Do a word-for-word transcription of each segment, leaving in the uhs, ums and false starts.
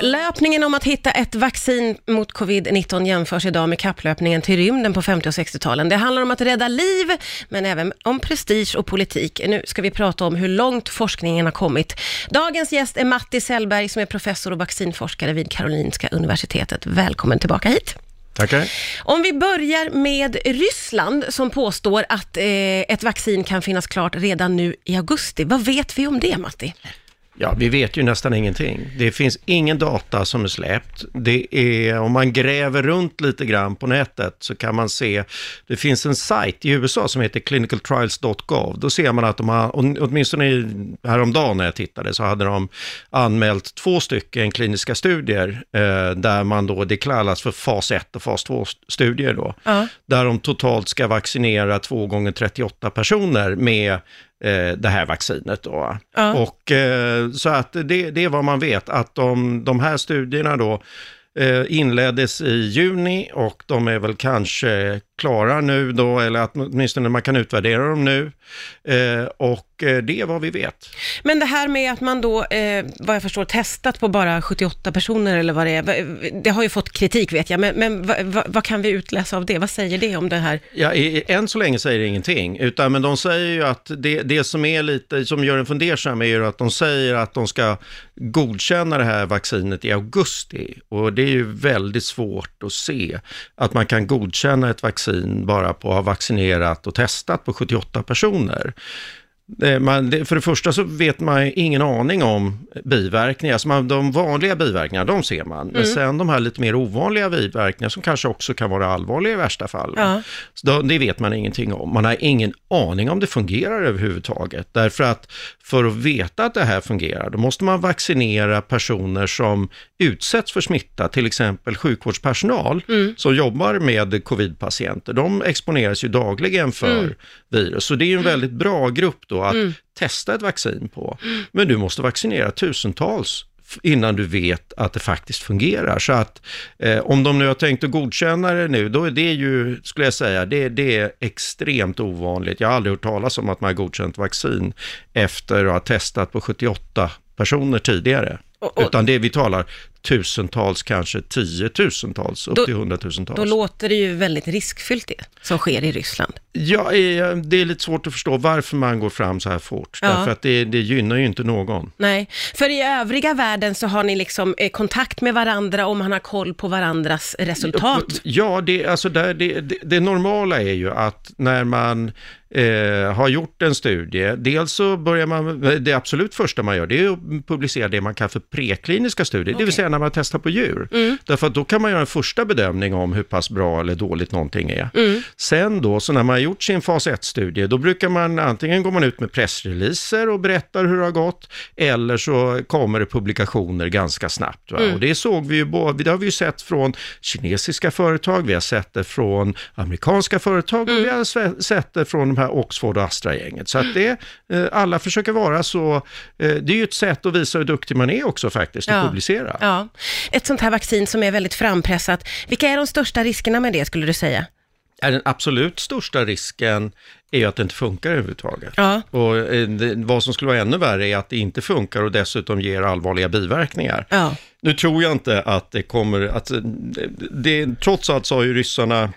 Kapplöpningen om att hitta ett vaccin mot covid nitton jämförs idag med kapplöpningen till rymden på femtio- och sextio-talen. Det handlar om att rädda liv, men även om prestige och politik. Nu ska vi prata om hur långt forskningen har kommit. Dagens gäst är Matti Sellberg som är professor och vaccinforskare vid Karolinska universitetet. Välkommen tillbaka hit. Tackar. Om vi börjar med Ryssland som påstår att eh, ett vaccin kan finnas klart redan nu i augusti. Vad vet vi om det, Matti? Ja, vi vet ju nästan ingenting. Det finns ingen data som är släppt. Det är, om man gräver runt lite grann på nätet så kan man se, det finns en sajt i U S A som heter clinical trials dot gov. Då ser man att de har, åtminstone häromdagen när jag tittade så hade de anmält två stycken kliniska studier eh, där man då, det kallas för fas ett och fas två studier då. Uh-huh. Där de totalt ska vaccinera två gånger trettioåtta personer med det här vaccinet då. Ja. Och så att det, det är vad man vet, att de, de här studierna då inleddes i juni och de är väl kanske klara nu då, eller att åtminstone man kan utvärdera dem nu och det är vad vi vet. Men det här med att man då, eh, vad jag förstår, testat på bara sjuttioåtta personer eller vad det är, det har ju fått kritik vet jag, men, men vad, vad, vad kan vi utläsa av det? Vad säger det om det här? Ja, i, än så länge säger det ingenting, utan men de säger ju att det, det som är lite, som gör en fundersam är ju att de säger att de ska godkänna det här vaccinet i augusti, och det är ju väldigt svårt att se att man kan godkänna ett vaccin bara på att ha vaccinerat och testat på sjuttioåtta personer. Man, för det första så vet man ingen aning om biverkningar. Alltså man, de vanliga biverkningarna, de ser man. Men mm. sen de här lite mer ovanliga biverkningar som kanske också kan vara allvarliga i värsta fall. Ja. Så då, det vet man ingenting om. Man har ingen aning om det fungerar överhuvudtaget. Därför att för att veta att det här fungerar, då måste man vaccinera personer som utsätts för smitta. Till exempel sjukvårdspersonal mm. som jobbar med covid-patienter. De exponeras ju dagligen för mm. virus. Så det är ju en väldigt bra grupp då att mm. testa ett vaccin på. Men du måste vaccinera tusentals innan du vet att det faktiskt fungerar. Så att eh, om de nu har tänkt att godkänna det nu, då är det ju, skulle jag säga, det, det är extremt ovanligt. Jag har aldrig hört talas om att man har godkänt vaccin efter att ha testat på sjuttioåtta personer tidigare. Och, och, Utan det vi talar tusentals, kanske tiotusentals, upp då, till hundratusentals. Då låter det ju väldigt riskfyllt det som sker i Ryssland. Ja, det är lite svårt att förstå varför man går fram så här fort. Ja. Därför att det, det gynnar ju inte någon. Nej, för i övriga världen så har ni liksom eh, kontakt med varandra och man har koll på varandras resultat. Ja, det, alltså där, det, det, det normala är ju att när man eh, har gjort en studie, dels så börjar man, det absolut första man gör, det är att publicera det man kallar för prekliniska studier. Okay. Det vill säga när man testar på djur. Mm. Därför att då kan man göra en första bedömning om hur pass bra eller dåligt någonting är. Mm. Sen då, så när man har gjort sin fas ett-studie, då brukar man antingen gå man ut med pressreleaser och berättar hur det har gått, eller så kommer det publikationer ganska snabbt. Va? Mm. Och det såg vi ju, det har vi ju sett från kinesiska företag, vi har sett det från amerikanska företag mm. och vi har sett det från de här Oxford och Astra-gänget. Så att det, alla försöker vara så, det är ju ett sätt att visa hur duktig man är också faktiskt, att ja. publicera. Ja. Ett sånt här vaccin som är väldigt frampressat. Vilka är de största riskerna med det, skulle du säga? Den absolut största risken är ju att det inte funkar överhuvudtaget. Ja. Och det, vad som skulle vara ännu värre är att det inte funkar och dessutom ger allvarliga biverkningar. Ja. Nu tror jag inte att det kommer, att det, det, trots allt så har ju ryssarna,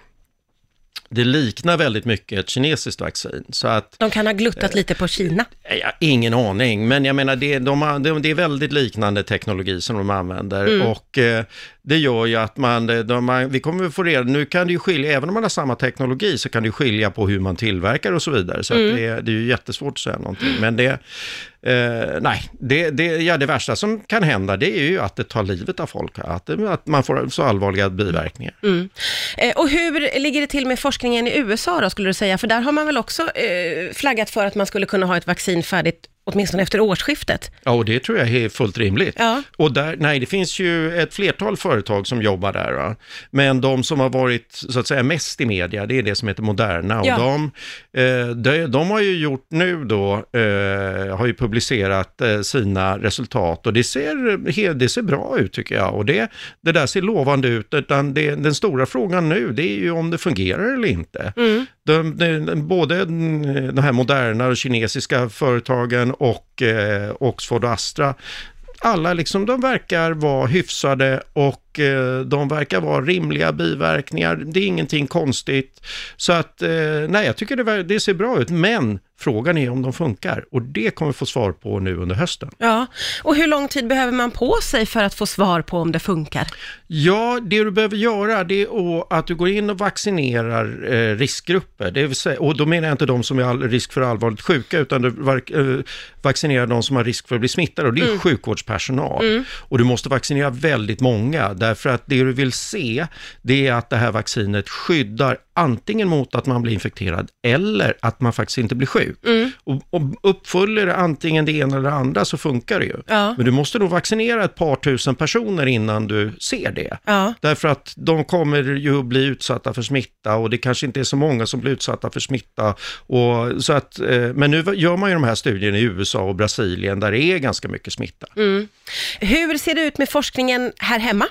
det liknar väldigt mycket ett kinesiskt vaccin. Så att, de kan ha gluttat eh, lite på Kina. Ja, ingen aning, men jag menar det, de har, det är väldigt liknande teknologi som de använder mm. och eh, det gör ju att man, de, vi kommer att få reda, nu kan det ju skilja, även om man har samma teknologi så kan det ju skilja på hur man tillverkar och så vidare. Så mm. att det, det är ju jättesvårt att säga någonting. Men det, eh, nej, det, det, ja, det värsta som kan hända det är ju att det tar livet av folk. Att, det, att man får så allvarliga biverkningar. Mm. Eh, och hur ligger det till med forskningen i U S A då, skulle du säga? För där har man väl också eh, flaggat för att man skulle kunna ha ett vaccin färdigt åtminstone efter årsskiftet. Ja, och det tror jag är fullt rimligt. Ja. Och där, nej, det finns ju ett flertal företag som jobbar där. Va? Men de som har varit så att säga mest i media, det är det som heter Moderna. Ja. Och de, eh, de, de har ju gjort nu då, eh, har ju publicerat eh, sina resultat och det ser, det ser bra ut tycker jag. Och det, det där ser lovande ut. Utan det, den stora frågan nu, det är ju om det fungerar eller inte. Mm. De, de, både de här Moderna och kinesiska företagen och eh, Oxford och Astra alla liksom, de verkar vara hyfsade och eh, de verkar vara rimliga biverkningar. Det är ingenting konstigt. Så att, eh, nej, jag tycker det, det ser bra ut. Men frågan är om de funkar. Och det kommer vi få svar på nu under hösten. Ja, och hur lång tid behöver man på sig för att få svar på om det funkar? Ja, det du behöver göra det är att du går in och vaccinerar eh, riskgrupper. Det vill säga, och då menar jag inte de som har risk för allvarligt sjuka, utan du eh, vaccinerar de som har risk för att bli smittade. Och det är mm. sjukvårdspersonal. Mm. Och du måste vaccinera väldigt många. Därför att det du vill se, det är att det här vaccinet skyddar antingen mot att man blir infekterad eller att man faktiskt inte blir sjuk. Mm. Och, och uppfyller det antingen det ena eller det andra så funkar det ju. Ja. Men du måste då vaccinera ett par tusen personer innan du ser det. Ja. Därför att de kommer ju bli utsatta för smitta och det kanske inte är så många som blir utsatta för smitta. Och, så att, eh, men nu gör man ju de här studierna i U S A och Brasilien där det är ganska mycket smitta. Mm. Hur ser det ut med forskningen här hemma?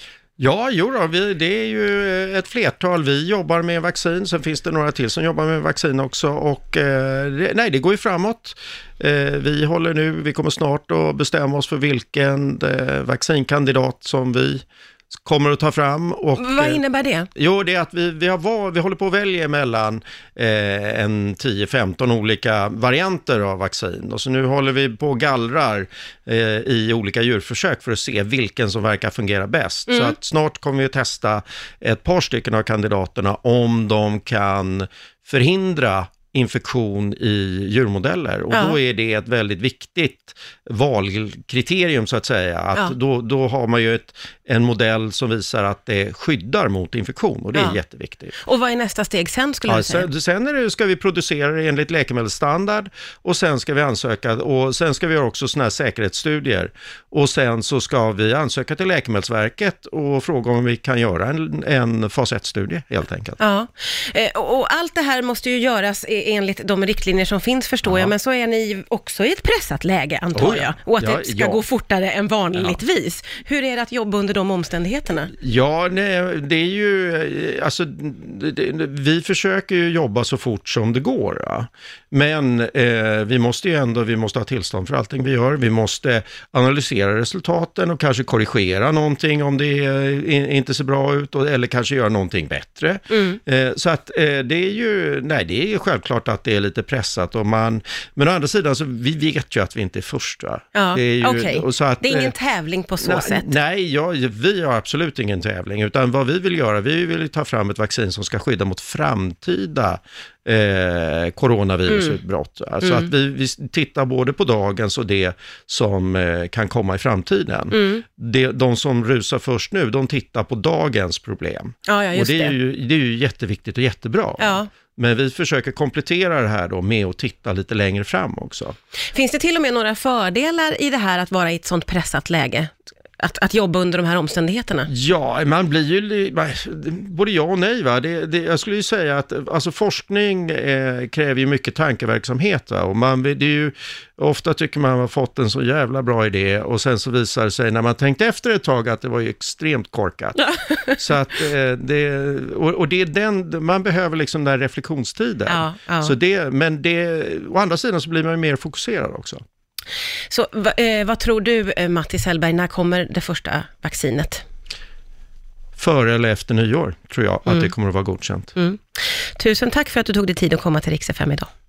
Ja, jo då, vi, det är ju ett flertal. Vi jobbar med vaccin, sen finns det några till som jobbar med vaccin också och eh, det, nej, det går ju framåt. Eh, vi håller nu, vi kommer snart att bestämma oss för vilken eh, vaccinkandidat som vi kommer att ta fram. Och, vad innebär det? Eh, jo, det är att vi, vi, har, vi håller på att välja mellan eh, en tio femton olika varianter av vaccin. Och så nu håller vi på och gallrar eh, i olika djurförsök för att se vilken som verkar fungera bäst. Mm. Så att snart kommer vi att testa ett par stycken av kandidaterna om de kan förhindra infektion i djurmodeller och ja. Då är det ett väldigt viktigt valkriterium så att säga att ja. då, då har man ju ett, en modell som visar att det skyddar mot infektion och det ja. är jätteviktigt. Och vad är nästa steg sen skulle ja, du säga? Sen, sen är det, ska vi producera det enligt läkemedelsstandard och sen ska vi ansöka och sen ska vi göra också såna här säkerhetsstudier och sen så ska vi ansöka till Läkemedelsverket och fråga om vi kan göra en, en fas ett-studie helt enkelt. Ja, och allt det här måste ju göras enligt de riktlinjer som finns förstår ja. jag, men så är ni också i ett pressat läge antar oh ja. jag och att ja, det ska ja. gå fortare än vanligtvis. Ja. Hur är det att jobba under de omständigheterna? Ja, nej, det är ju alltså, det, det, vi försöker ju jobba så fort som det går. Ja. Men eh, vi måste ju ändå, vi måste ha tillstånd för allting vi gör. Vi måste analysera resultaten och kanske korrigera någonting om det eh, inte ser bra ut och, eller kanske göra någonting bättre. Mm. Eh, så att eh, det är ju, nej det är ju självklart att det är lite pressat och man, men å andra sidan så vi vet ju att vi inte är först va? Ja, okej. Okay. Det är ingen eh, tävling på så na, sätt. Nej, ja, vi har absolut ingen tävling utan vad vi vill göra, vi vill ta fram ett vaccin som ska skydda mot framtida eh, coronavirusutbrott. Mm. Alltså mm. att vi, vi tittar både på dagens och det som eh, kan komma i framtiden. Mm. Det, de som rusar först nu, de tittar på dagens problem. Ja, ja, just och det är, det. Ju, det är ju jätteviktigt och jättebra. Ja. Men vi försöker komplettera det här då med att titta lite längre fram också. Finns det till och med några fördelar i det här att vara i ett sånt pressat läge? Att, att jobba under de här omständigheterna? Ja, man blir ju både ja och nej va. Det, det, jag skulle ju säga att alltså, forskning eh, kräver ju mycket tankeverksamhet va? Och man, det är ju, ofta tycker man har fått en så jävla bra idé och sen så visar det sig när man tänkt efter ett tag att det var ju extremt korkat. Så att eh, det, och, och det är den, man behöver liksom den här reflektionstiden. Ja, ja. Så det, men det, å andra sidan så blir man ju mer fokuserad också. Så eh, vad tror du, Mattis Hellberg, när kommer det första vaccinet? Före eller efter nyår tror jag att mm. det kommer att vara godkänt. Mm. Tusen tack för att du tog dig tid att komma till Rix F M idag.